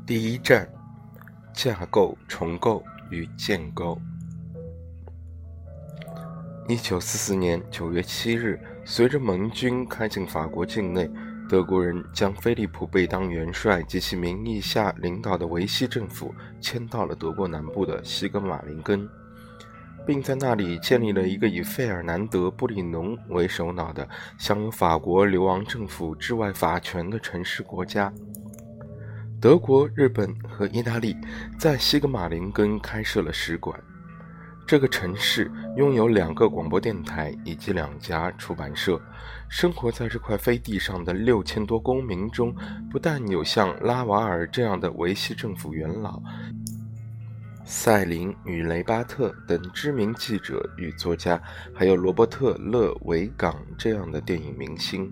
第一站，架构、重构与建构。1944年9月7日，随着盟军开进法国境内，德国人将菲利普·贝当元帅及其名义下领导的维希政府迁到了德国南部的西格马林根，并在那里建立了一个以费尔南德·布里农为首脑的享有法国流亡政府治外法权的城市国家。德国、日本和意大利在西格马林根开设了使馆。这个城市拥有2个广播电台以及2家出版社。生活在这块飞地上的6000多公民中，不但有像拉瓦尔这样的维希政府元老，塞林与雷巴特等知名记者与作家，还有罗伯特·勒维港这样的电影明星。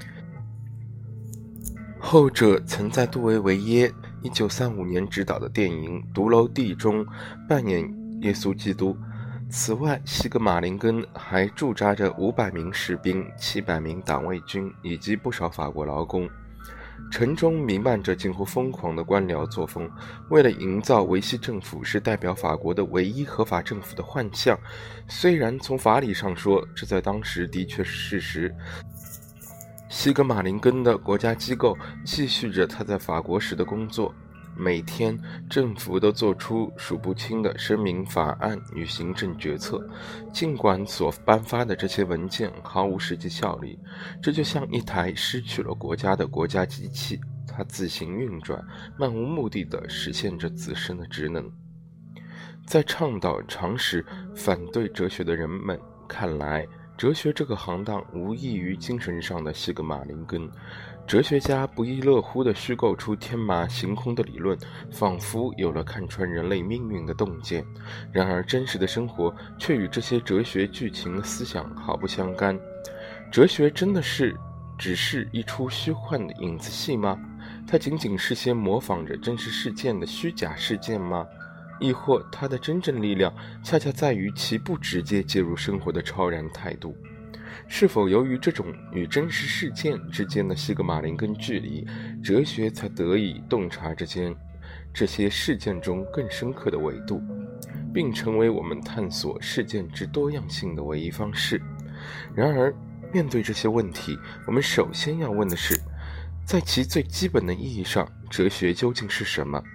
后者曾在杜维维耶1935年执导的电影《独楼地》中扮演耶稣基督。此外，西格马林根还驻扎着500名士兵、700名党卫军以及不少法国劳工。城中弥漫着近乎疯狂的官僚作风，为了营造维希政府是代表法国的唯一合法政府的幻象。虽然从法理上说，这在当时的确是事实。西格马林根的国家机构继续着他在法国时的工作，每天政府都做出数不清的声明、法案与行政决策，尽管所颁发的这些文件毫无实际效力，这就像一台失去了国家的国家机器，它自行运转，漫无目的地实现着自身的职能。在倡导常识、反对哲学的人们看来，哲学这个行当无异于精神上的西格马林根。哲学家不亦乐乎地虚构出天马行空的理论，仿佛有了看穿人类命运的洞见。然而真实的生活却与这些哲学剧情的思想毫不相干。哲学真的只是一出虚幻的影子戏吗？它仅仅是些模仿着真实事件的虚假事件吗？亦或它的真正力量恰恰在于其不直接介入生活的超然态度？是否由于这种与真实事件之间的西格马林根距离，哲学才得以洞察这些事件中更深刻的维度，并成为我们探索事件之多样性的唯一方式？然而，面对这些问题，我们首先要问的是，在其最基本的意义上，哲学究竟是什么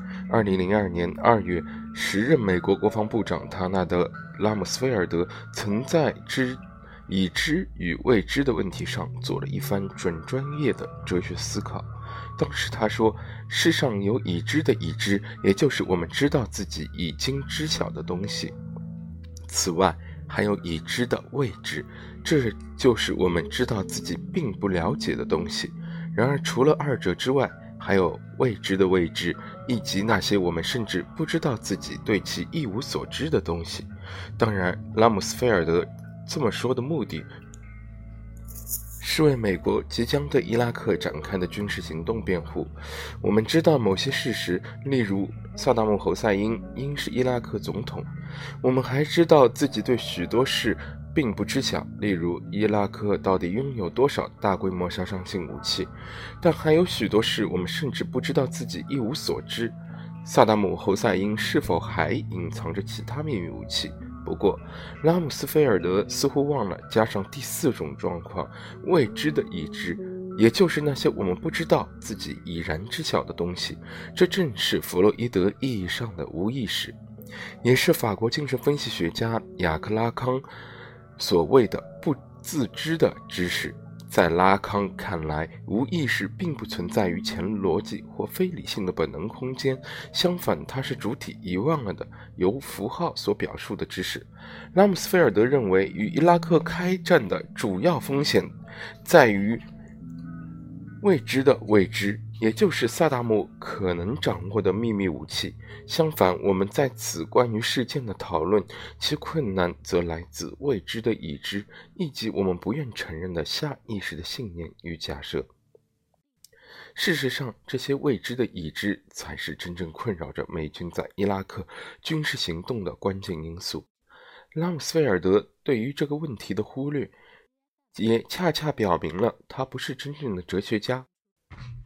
？2002年2月，时任美国国防部长唐纳德·拉姆斯菲尔德曾在已知与未知的问题上做了一番准专业的哲学思考。当时他说，世上有已知的已知，也就是我们知道自己已经知晓的东西。此外，还有已知的未知，这就是我们知道自己并不了解的东西。然而除了二者之外，还有未知的未知，以及那些我们甚至不知道自己对其一无所知的东西。当然，拉姆斯菲尔德这么说的目的是为美国即将对伊拉克展开的军事行动辩护。我们知道某些事实，例如萨达姆·侯赛因应是伊拉克总统。我们还知道自己对许多事并不知晓，例如伊拉克到底拥有多少大规模杀伤性武器。但还有许多事我们甚至不知道自己一无所知。萨达姆·侯赛因是否还隐藏着其他秘密武器？不过，拉姆斯菲尔德似乎忘了加上第4种状况，未知的已知，也就是那些我们不知道自己已然知晓的东西。这正是弗洛伊德意义上的无意识，也是法国精神分析学家雅克·拉康所谓的不自知的知识。在拉康看来，无意识并不存在于前逻辑或非理性的本能空间，相反，它是主体遗忘了的由符号所表述的知识。拉姆斯菲尔德认为，与伊拉克开战的主要风险在于未知的未知，也就是萨达姆可能掌握的秘密武器。相反，我们在此关于事件的讨论，其困难则来自未知的已知，以及我们不愿承认的下意识的信念与假设。事实上，这些未知的已知才是真正困扰着美军在伊拉克军事行动的关键因素。拉姆斯菲尔德对于这个问题的忽略，也恰恰表明了他不是真正的哲学家。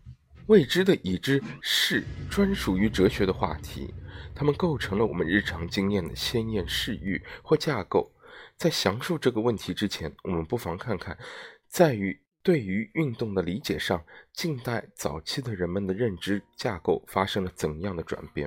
未知的已知是专属于哲学的话题，它们构成了我们日常经验的鲜艳视域或架构。在详述这个问题之前，我们不妨看看对于运动的理解上，近代早期的人们的认知架构发生了怎样的转变。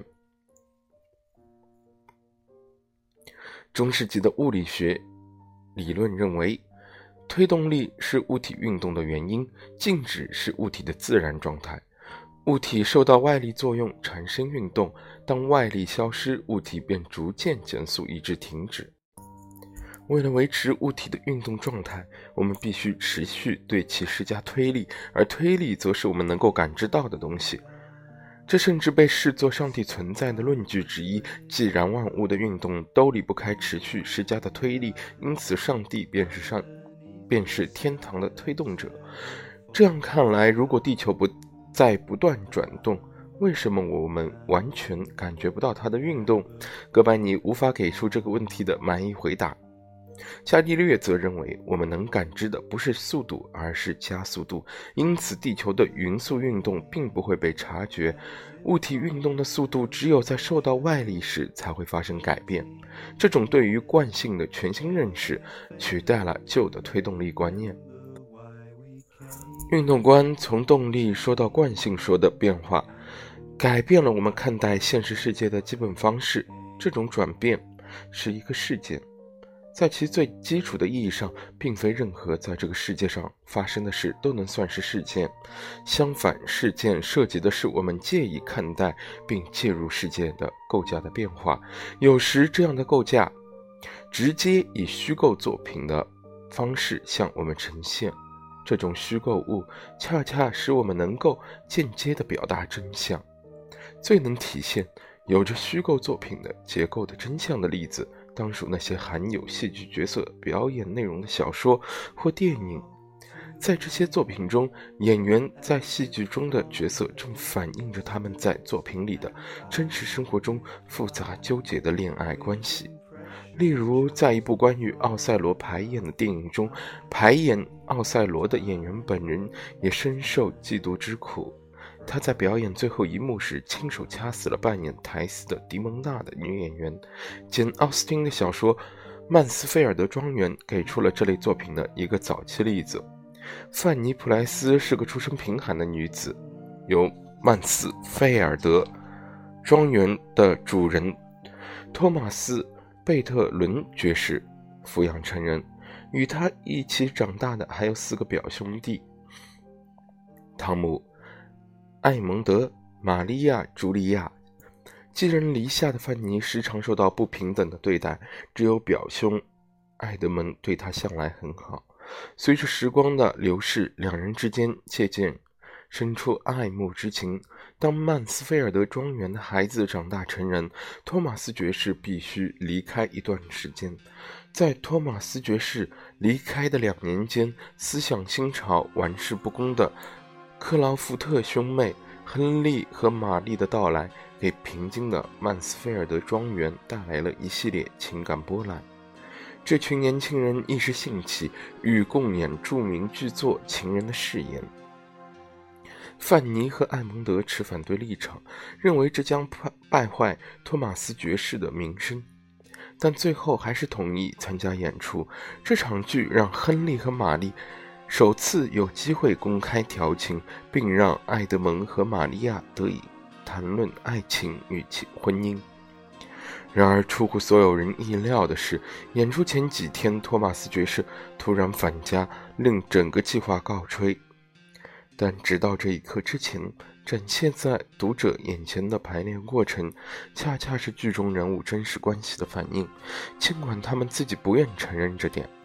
中世纪的物理学理论认为，推动力是物体运动的原因，静止是物体的自然状态。物体受到外力作用产生运动，当外力消失，物体便逐渐减速以致停止。为了维持物体的运动状态，我们必须持续对其施加推力，而推力则是我们能够感知到的东西。这甚至被视作上帝存在的论据之一，既然万物的运动都离不开持续施加的推力，因此上帝便是天堂的推动者。这样看来，如果地球不再不断转动，为什么我们完全感觉不到它的运动？哥白尼无法给出这个问题的满意回答。伽利略则认为，我们能感知的不是速度，而是加速度，因此地球的匀速运动并不会被察觉。物体运动的速度只有在受到外力时才会发生改变。这种对于惯性的全新认识取代了旧的推动力观念。运动观从动力说到惯性说的变化，改变了我们看待现实世界的基本方式。这种转变是一个事件，在其最基础的意义上，并非任何在这个世界上发生的事都能算是事件。相反，事件涉及的是我们介意看待并介入事件的构架的变化。有时这样的构架直接以虚构作品的方式向我们呈现，这种虚构物恰恰使我们能够间接地表达真相。最能体现有着虚构作品的结构的真相的例子，当属那些含有戏剧角色表演内容的小说或电影。在这些作品中，演员在戏剧中的角色正反映着他们在作品里的真实生活中复杂纠结的恋爱关系。例如，在一部关于奥赛罗排演的电影中，排演奥赛罗的演员本人也深受嫉妒之苦。他在表演最后一幕时，亲手掐死了扮演苔丝的迪蒙娜的女演员。简·奥斯汀的小说《曼斯菲尔德庄园》给出了这类作品的一个早期例子。范妮·普莱斯是个出身贫寒的女子，由曼斯菲尔德庄园的主人托马斯·贝特伦爵士抚养成人。与他一起长大的还有4个表兄弟：汤姆、艾蒙德、玛利亚、茱莉亚。寄人篱下的范妮时常受到不平等的对待，只有表兄艾德蒙对她向来很好。随着时光的流逝，两人之间渐渐生出爱慕之情。当曼斯菲尔德庄园的孩子长大成人，托马斯爵士必须离开一段时间。在托马斯爵士离开的2年间，思想新潮、玩世不恭的克劳福特兄妹亨利和玛丽的到来，给平静的曼斯菲尔德庄园带来了一系列情感波澜。这群年轻人一时兴起，欲共演著名剧作《情人的誓言》。范妮和艾蒙德持反对立场，认为这将败坏托马斯爵士的名声，但最后还是同意参加演出。这场剧让亨利和玛丽首次有机会公开调情，并让艾德蒙和玛利亚得以谈论爱情与婚姻。然而出乎所有人意料的是，演出前几天托马斯爵士突然返家，令整个计划告吹。但直到这一刻之前，展现在读者眼前的排练过程恰恰是剧中人物真实关系的反应，尽管他们自己不愿承认这点。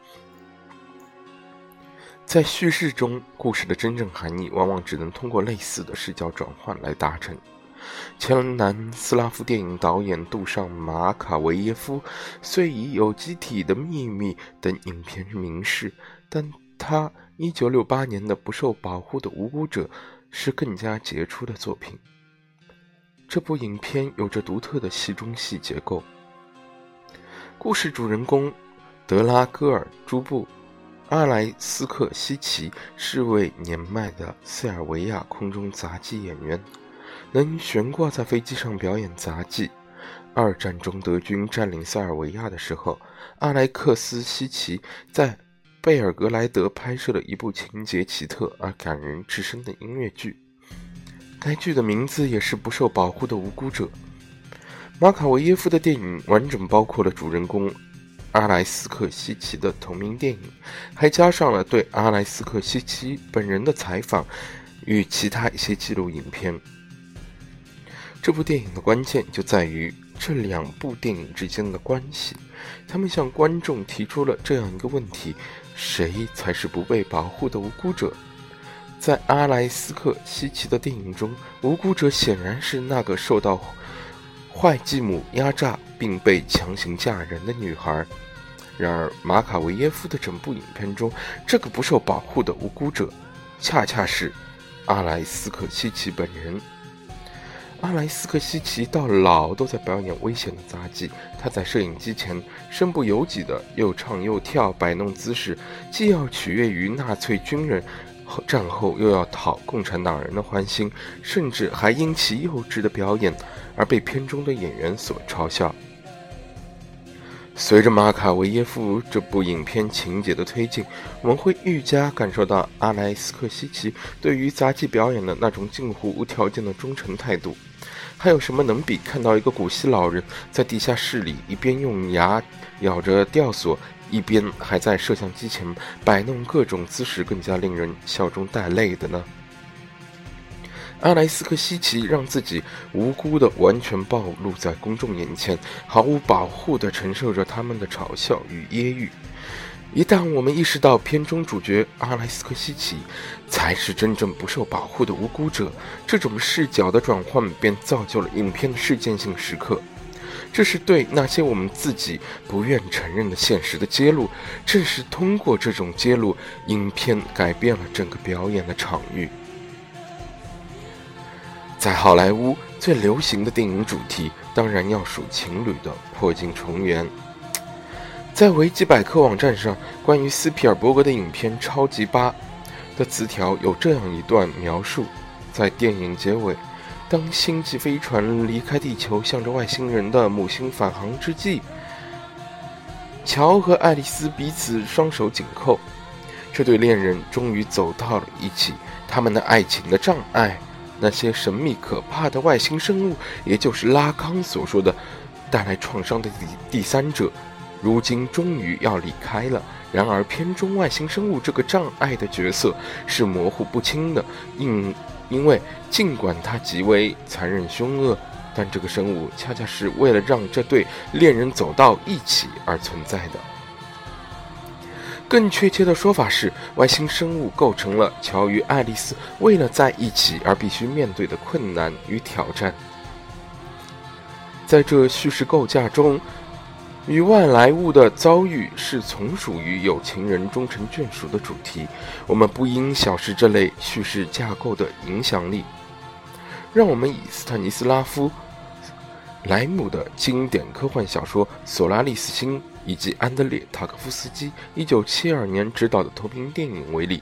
在叙事中，故事的真正含义往往只能通过类似的视角转换来达成。前南斯拉夫电影导演杜尚马卡维耶夫虽以《有机体的秘密》等影片名士，但他1968年的《不受保护的无辜者》是更加杰出的作品。这部影片有着独特的戏中戏结构。故事主人公德拉戈尔·朱布阿莱斯克希奇是位年迈的塞尔维亚空中杂技演员，能悬挂在飞机上表演杂技。二战中德军占领塞尔维亚的时候，阿莱克斯希奇在贝尔格莱德拍摄了一部情节奇特而感人至深的音乐剧，该剧的名字也是不受保护的无辜者。马卡维耶夫的电影完整包括了主人公阿莱斯克希奇的同名电影，还加上了对阿莱斯克希奇本人的采访与其他一些纪录影片。这部电影的关键就在于这两部电影之间的关系，他们向观众提出了这样一个问题：谁才是不被保护的无辜者？在阿莱斯克希奇的电影中，无辜者显然是那个受到坏继母压榨并被强行嫁人的女孩。然而马卡维耶夫的整部影片中，这个不受保护的无辜者恰恰是阿莱斯克希奇本人。阿莱斯克希奇到老都在表演危险的杂技，他在摄影机前身不由己的又唱又跳，摆弄姿势，既要取悦于纳粹军人，战后又要讨共产党人的欢心，甚至还因其幼稚的表演而被片中的演员所嘲笑。随着马卡维耶夫这部影片情节的推进，我们会愈加感受到阿莱斯克希奇对于杂技表演的那种近乎无条件的忠诚态度。还有什么能比看到一个古稀老人在地下室里一边用牙咬着吊索，一边还在摄像机前摆弄各种姿势更加令人笑中带泪的呢？阿莱斯克希奇让自己无辜地完全暴露在公众眼前，毫无保护地承受着他们的嘲笑与揶揄。一旦我们意识到片中主角阿莱斯克希奇才是真正不受保护的无辜者，这种视角的转换便造就了影片的事件性时刻。这是对那些我们自己不愿承认的现实的揭露，正是通过这种揭露，影片改变了整个表演的场域。在好莱坞最流行的电影主题当然要数情侣的破镜重圆。在维基百科网站上，关于斯皮尔伯格的影片《超级8》的词条有这样一段描述：在电影结尾，当星际飞船离开地球，向着外星人的母星返航之际，乔和爱丽丝彼此双手紧扣，这对恋人终于走到了一起。他们的爱情的障碍，那些神秘可怕的外星生物，也就是拉康所说的带来创伤的第三者，如今终于要离开了。然而片中外星生物这个障碍的角色是模糊不清的，因为尽管他极为残忍凶恶，但这个生物恰恰是为了让这对恋人走到一起而存在的。更确切的说法是，外星生物构成了乔与爱丽丝为了在一起而必须面对的困难与挑战。在这叙事构架中，与外来物的遭遇是从属于有情人终成眷属的主题，我们不应小视这类叙事架构的影响力。让我们以斯坦尼斯拉夫·莱姆的经典科幻小说《索拉利斯星》以及安德烈·塔科夫斯基1972年执导的同名电影为例。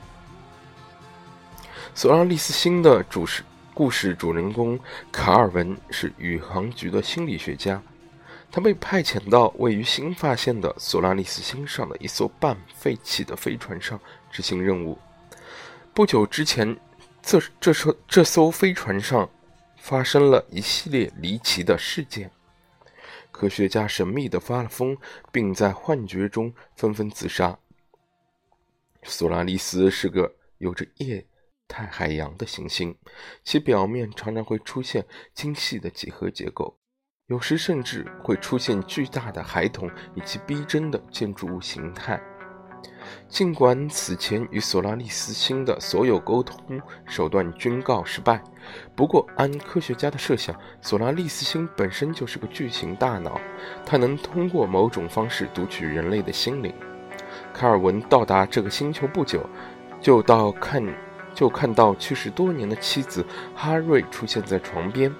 索拉利斯星的故事主人公卡尔文是宇航局的心理学家，他被派遣到位于新发现的索拉利斯星上的一艘半废弃的飞船上执行任务。不久之前，这艘飞船上发生了一系列离奇的事件，科学家神秘地发了疯，并在幻觉中纷纷自杀。索拉利斯是个有着液态海洋的行星，其表面常常会出现精细的几何结构，有时甚至会出现巨大的孩童以及逼真的建筑物形态。尽管此前与索拉利斯星的所有沟通手段均告失败，不过按科学家的设想，索拉利斯星本身就是个巨型大脑，它能通过某种方式读取人类的心灵。卡尔文到达这个星球不久，就看到去世多年的妻子哈瑞出现在床边。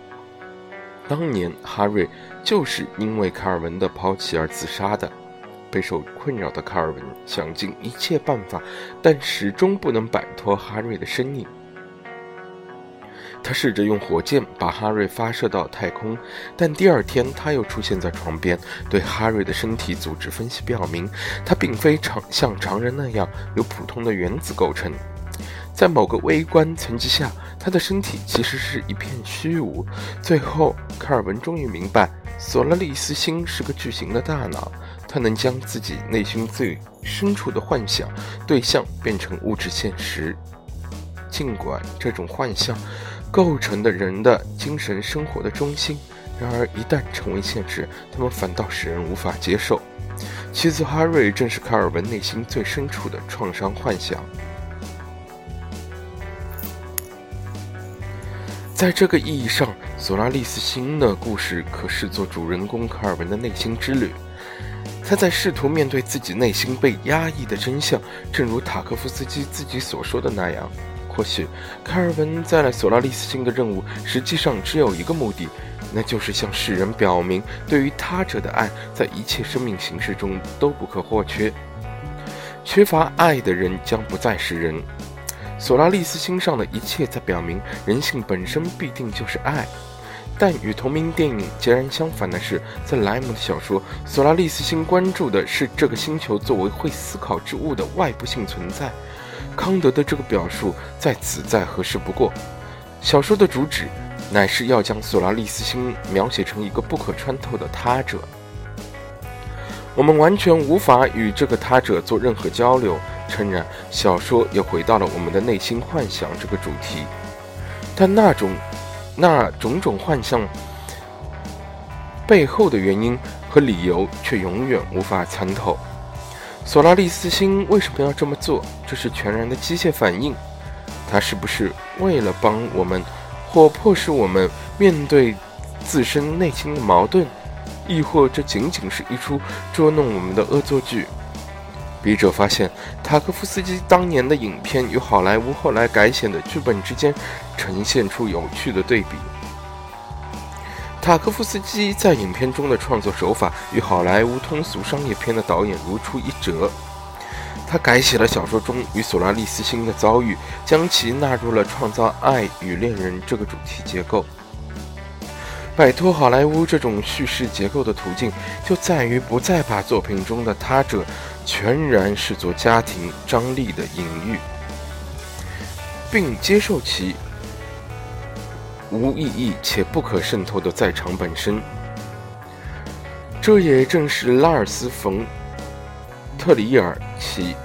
当年哈瑞就是因为卡尔文的抛弃而自杀的。 备受困扰的卡尔文想尽一切办法，但始终不能摆脱哈瑞的身影。他试着用火箭把哈瑞发射到太空，但第二天他又出现在床边。对哈瑞的身体组织分析表明，他并非像常人那样由普通的原子构成。在某个微观层级下，他的身体其实是一片虚无。最后，卡尔文终于明白，索拉利斯星是个巨型的大脑，它能将自己内心最深处的幻想对象变成物质现实。尽管这种幻象构成的人的精神生活的中心，然而一旦成为现实，他们反倒使人无法接受。妻子哈瑞正是卡尔文内心最深处的创伤幻想。在这个意义上，索拉利斯星的故事可视作主人公卡尔文的内心之旅。他在试图面对自己内心被压抑的真相，正如塔科夫斯基自己所说的那样。或许卡尔文在索拉利斯星的任务实际上只有一个目的，那就是向世人表明，对于他者的爱在一切生命形式中都不可或缺。缺乏爱的人将不再是人。索拉利斯星上的一切在表明，人性本身必定就是爱。但与同名电影截然相反的是，在莱姆的小说，索拉利斯星关注的是这个星球作为会思考之物的外部性存在。康德的这个表述在此再合适不过。小说的主旨乃是要将索拉利斯星描写成一个不可穿透的他者。我们完全无法与这个他者做任何交流。诚然，小说也回到了我们的内心幻想这个主题，但那种种幻象背后的原因和理由却永远无法参透。索拉利斯星为什么要这么做？这是全然的机械反应。它是不是为了帮我们或迫使我们面对自身内心的矛盾，亦或这仅仅是一出捉弄我们的恶作剧？笔者发现，塔科夫斯基当年的影片与好莱坞后来改写的剧本之间呈现出有趣的对比。塔科夫斯基在影片中的创作手法与好莱坞通俗商业片的导演如出一辙。他改写了小说中与索拉利斯星的遭遇，将其纳入了创造爱与恋人这个主题结构。摆脱好莱坞这种叙事结构的途径，就在于不再把作品中的他者全然视作家庭张力的隐喻，并接受其无意义且不可渗透的在场本身。这也正是拉尔斯·冯·特里尔其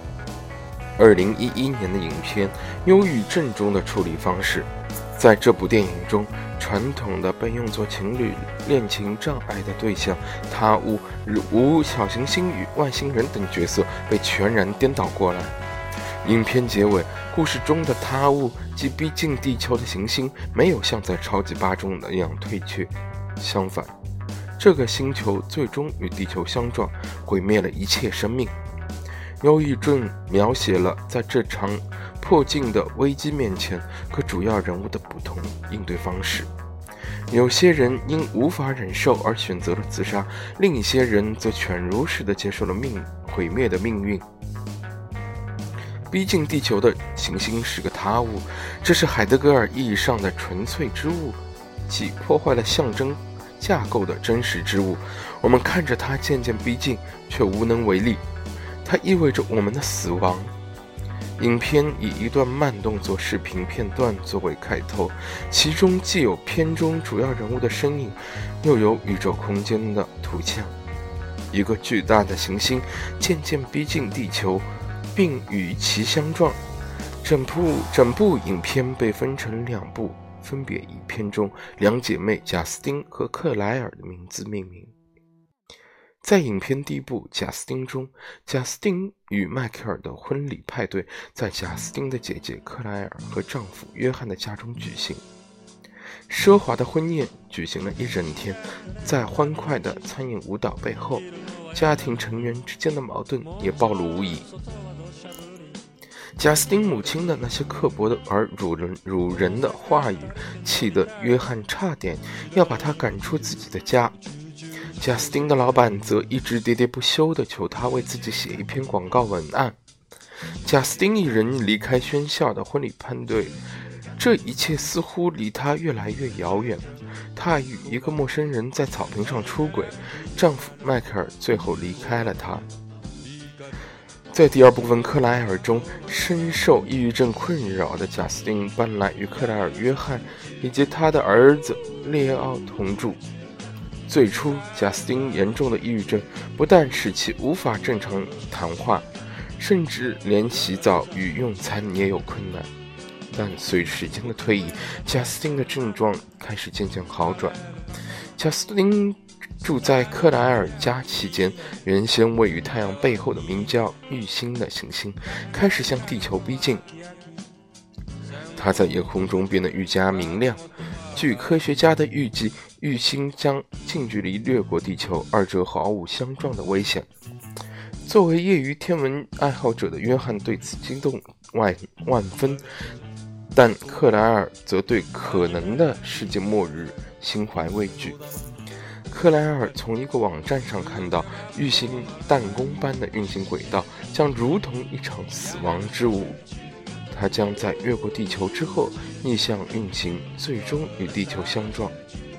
2011年的影片《忧郁症》中的处理方式。在这部电影中，传统的被用作情侣恋情障碍的对象他物，如小行星与外星人等角色被全然颠倒过来。影片结尾，故事中的他物及逼近地球的行星没有像在超级8中那样退却，相反，这个星球最终与地球相撞，毁灭了一切生命。忧郁症描写了在这场迫近的危机面前各主要人物的不同应对方式。有些人因无法忍受而选择了自杀，另一些人则犬儒式地接受了毁灭的命运。逼近地球的行星是个他物，这是海德格尔意义上的纯粹之物，即破坏了象征架构的真实之物。我们看着它渐渐逼近，却无能为力。它意味着我们的死亡。影片以一段慢动作视频片段作为开头，其中既有片中主要人物的身影，又有宇宙空间的图像。一个巨大的行星渐渐逼近地球，并与其相撞。整部影片被分成2部，分别以片中2姐妹贾斯汀和克莱尔的名字命名。在影片第1部贾斯汀中，贾斯汀与迈克尔的婚礼派对在贾斯汀的姐姐克莱尔和丈夫约翰的家中举行。奢华的婚宴举行了一整天，在欢快的餐饮舞蹈背后，家庭成员之间的矛盾也暴露无遗。贾斯汀母亲的那些刻薄的而辱人的话语，气得约翰差点要把他赶出自己的家。 贾斯汀的老板则一直喋喋不休地求他为自己写一篇广告文案。贾斯汀一人离开喧嚣的婚礼派对，这一切似乎离他越来越遥远。他与一个陌生人在草坪上出轨，丈夫迈克尔最后离开了他。在第二部分克莱尔中，深受抑郁症困扰的贾斯汀搬来与克莱尔·约翰以及他的儿子列奥同住。最初，贾斯汀严重的抑郁症不但使其无法正常谈话，甚至连洗澡与用餐也有困难。但随时间的推移，贾斯汀的症状开始渐渐好转。贾斯汀住在克莱尔家期间，原先位于太阳背后的名叫玉星的行星开始向地球逼近，它在夜空中变得愈加明亮。据科学家的预计，玉星将近距离掠过地球，二者毫无相撞的危险。作为业余天文爱好者的约翰对此激动万分，但克莱尔则对可能的世界末日心怀畏惧。克莱尔从一个网站上看到，玉星弹弓般的运行轨道将如同一场死亡之舞，它将在越过地球之后逆向运行，最终与地球相撞。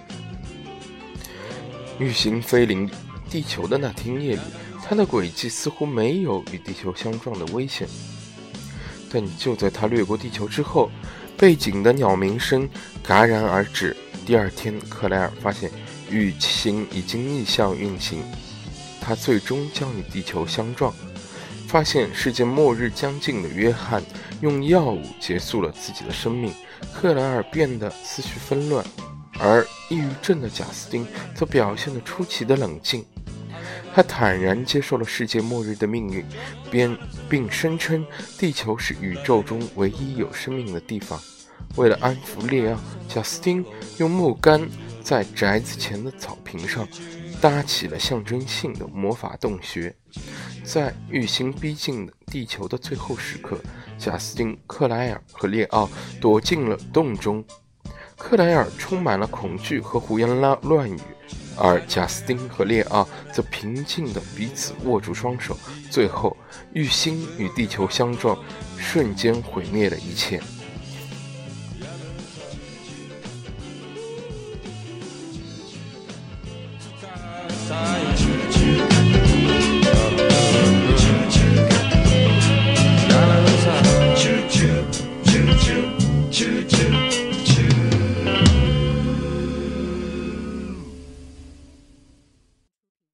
玉星飞临地球的那天夜里，它的轨迹似乎没有与地球相撞的危险，但就在它掠过地球之后，背景的鸟鸣声戛然而止。第二天，克莱尔发现玉星已经逆向运行，它最终将与地球相撞。发现世界末日将近的约翰用药物结束了自己的生命，克莱尔变得思绪纷乱，而抑郁症的贾斯汀则表现得出奇的冷静。他坦然接受了世界末日的命运，并声称地球是宇宙中唯一有生命的地方。为了安抚列奥，贾斯汀用木杆在宅子前的草坪上搭起了象征性的魔法洞穴。在玉星逼近地球的最后时刻，贾斯汀、克莱尔和列奥躲进了洞中。克莱尔充满了恐惧和胡言乱语，而贾斯汀和列奥则平静地彼此握住双手。最后，玉星与地球相撞，瞬间毁灭了一切。